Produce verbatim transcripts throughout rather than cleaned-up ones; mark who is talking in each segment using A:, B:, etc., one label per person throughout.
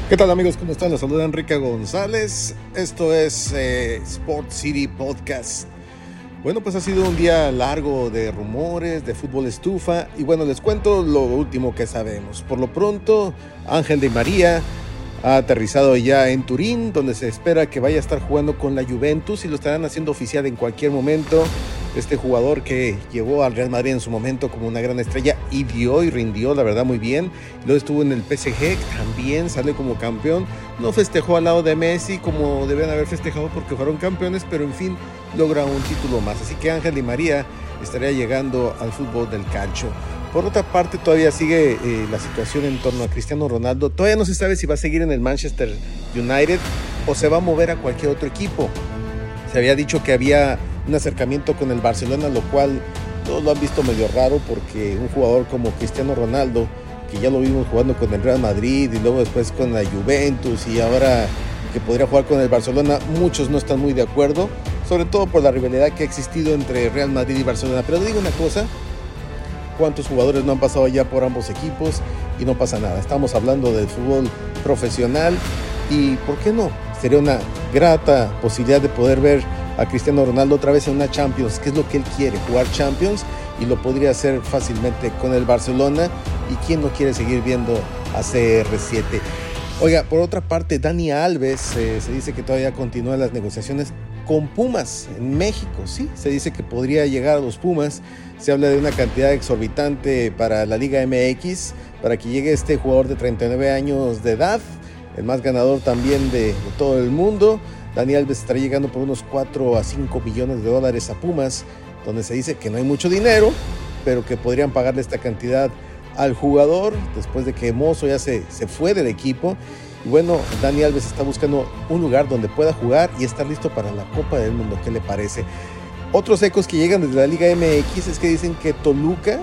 A: ¿Qué tal, amigos? ¿Cómo están? Les saluda Enrique González. Esto es eh, Sport City Podcast. Bueno, pues ha sido un día largo de rumores, de fútbol estufa. Y bueno, les cuento lo último que sabemos. Por lo pronto, Ángel Di María ha aterrizado ya en Turín, donde se espera que vaya a estar jugando con la Juventus y lo estarán haciendo oficial en cualquier momento. Este jugador que llevó al Real Madrid en su momento como una gran estrella y dio y rindió, la verdad, muy bien. Luego estuvo en el P S G, también sale como campeón. No festejó al lado de Messi como deben haber festejado porque fueron campeones, pero en fin, logra un título más. Así que Ángel Di María estaría llegando al fútbol del calcio. Por otra parte, todavía sigue eh, la situación en torno a Cristiano Ronaldo. Todavía no se sabe si va a seguir en el Manchester United o se va a mover a cualquier otro equipo. Se había dicho que había un acercamiento con el Barcelona, lo cual todos lo han visto medio raro porque un jugador como Cristiano Ronaldo, que ya lo vimos jugando con el Real Madrid y luego después con la Juventus y ahora que podría jugar con el Barcelona, muchos no están muy de acuerdo, sobre todo por la rivalidad que ha existido entre Real Madrid y Barcelona. Pero digo una cosa, ¿cuántos jugadores no han pasado ya por ambos equipos y no pasa nada? Estamos hablando del fútbol profesional y ¿por qué no? Sería una grata posibilidad de poder ver a Cristiano Ronaldo otra vez en una Champions, que es lo que él quiere, jugar Champions, y lo podría hacer fácilmente con el Barcelona. ¿Y quién no quiere seguir viendo a C R siete? Oiga, por otra parte, Dani Alves, eh, se dice que todavía continúan las negociaciones con Pumas en México, sí, se dice que podría llegar a los Pumas. Se habla de una cantidad exorbitante para la Liga M X, para que llegue este jugador de treinta y nueve años de edad, el más ganador también de, de todo el mundo. Dani Alves estará llegando por unos cuatro a cinco millones de dólares a Pumas, donde se dice que no hay mucho dinero, pero que podrían pagarle esta cantidad al jugador después de que Mozo ya se, se fue del equipo. Y bueno, Dani Alves está buscando un lugar donde pueda jugar y estar listo para la Copa del Mundo. ¿Qué le parece? Otros ecos que llegan desde la Liga M X es que dicen que Toluca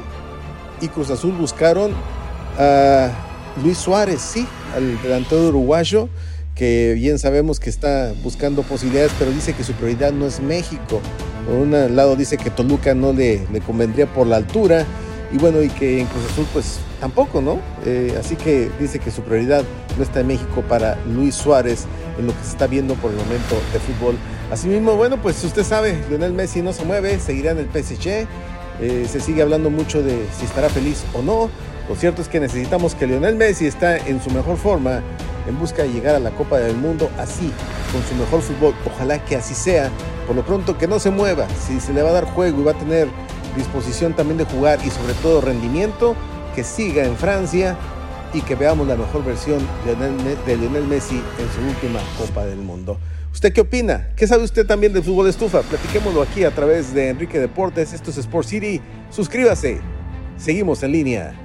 A: y Cruz Azul buscaron a Luis Suárez, sí, al delantero uruguayo, que bien sabemos que está buscando posibilidades, pero dice que su prioridad no es México. Por un lado dice que Toluca no le, le convendría por la altura, y bueno, y que en Cruz Azul pues tampoco, ¿no? Eh, así que dice que su prioridad no está en México para Luis Suárez, en lo que se está viendo por el momento de fútbol. Asimismo, bueno, pues usted sabe, Lionel Messi no se mueve, seguirá en el P S G, eh, se sigue hablando mucho de si estará feliz o no. Lo cierto es que necesitamos que Lionel Messi está en su mejor forma, en busca de llegar a la Copa del Mundo así, con su mejor fútbol. Ojalá que así sea. Por lo pronto que no se mueva. Si se le va a dar juego y va a tener disposición también de jugar y sobre todo rendimiento, que siga en Francia y que veamos la mejor versión de Lionel Messi en su última Copa del Mundo. ¿Usted qué opina? ¿Qué sabe usted también del fútbol estufa? Platiquémoslo aquí a través de Enrique Deportes. Esto es Sport City. Suscríbase. Seguimos en línea.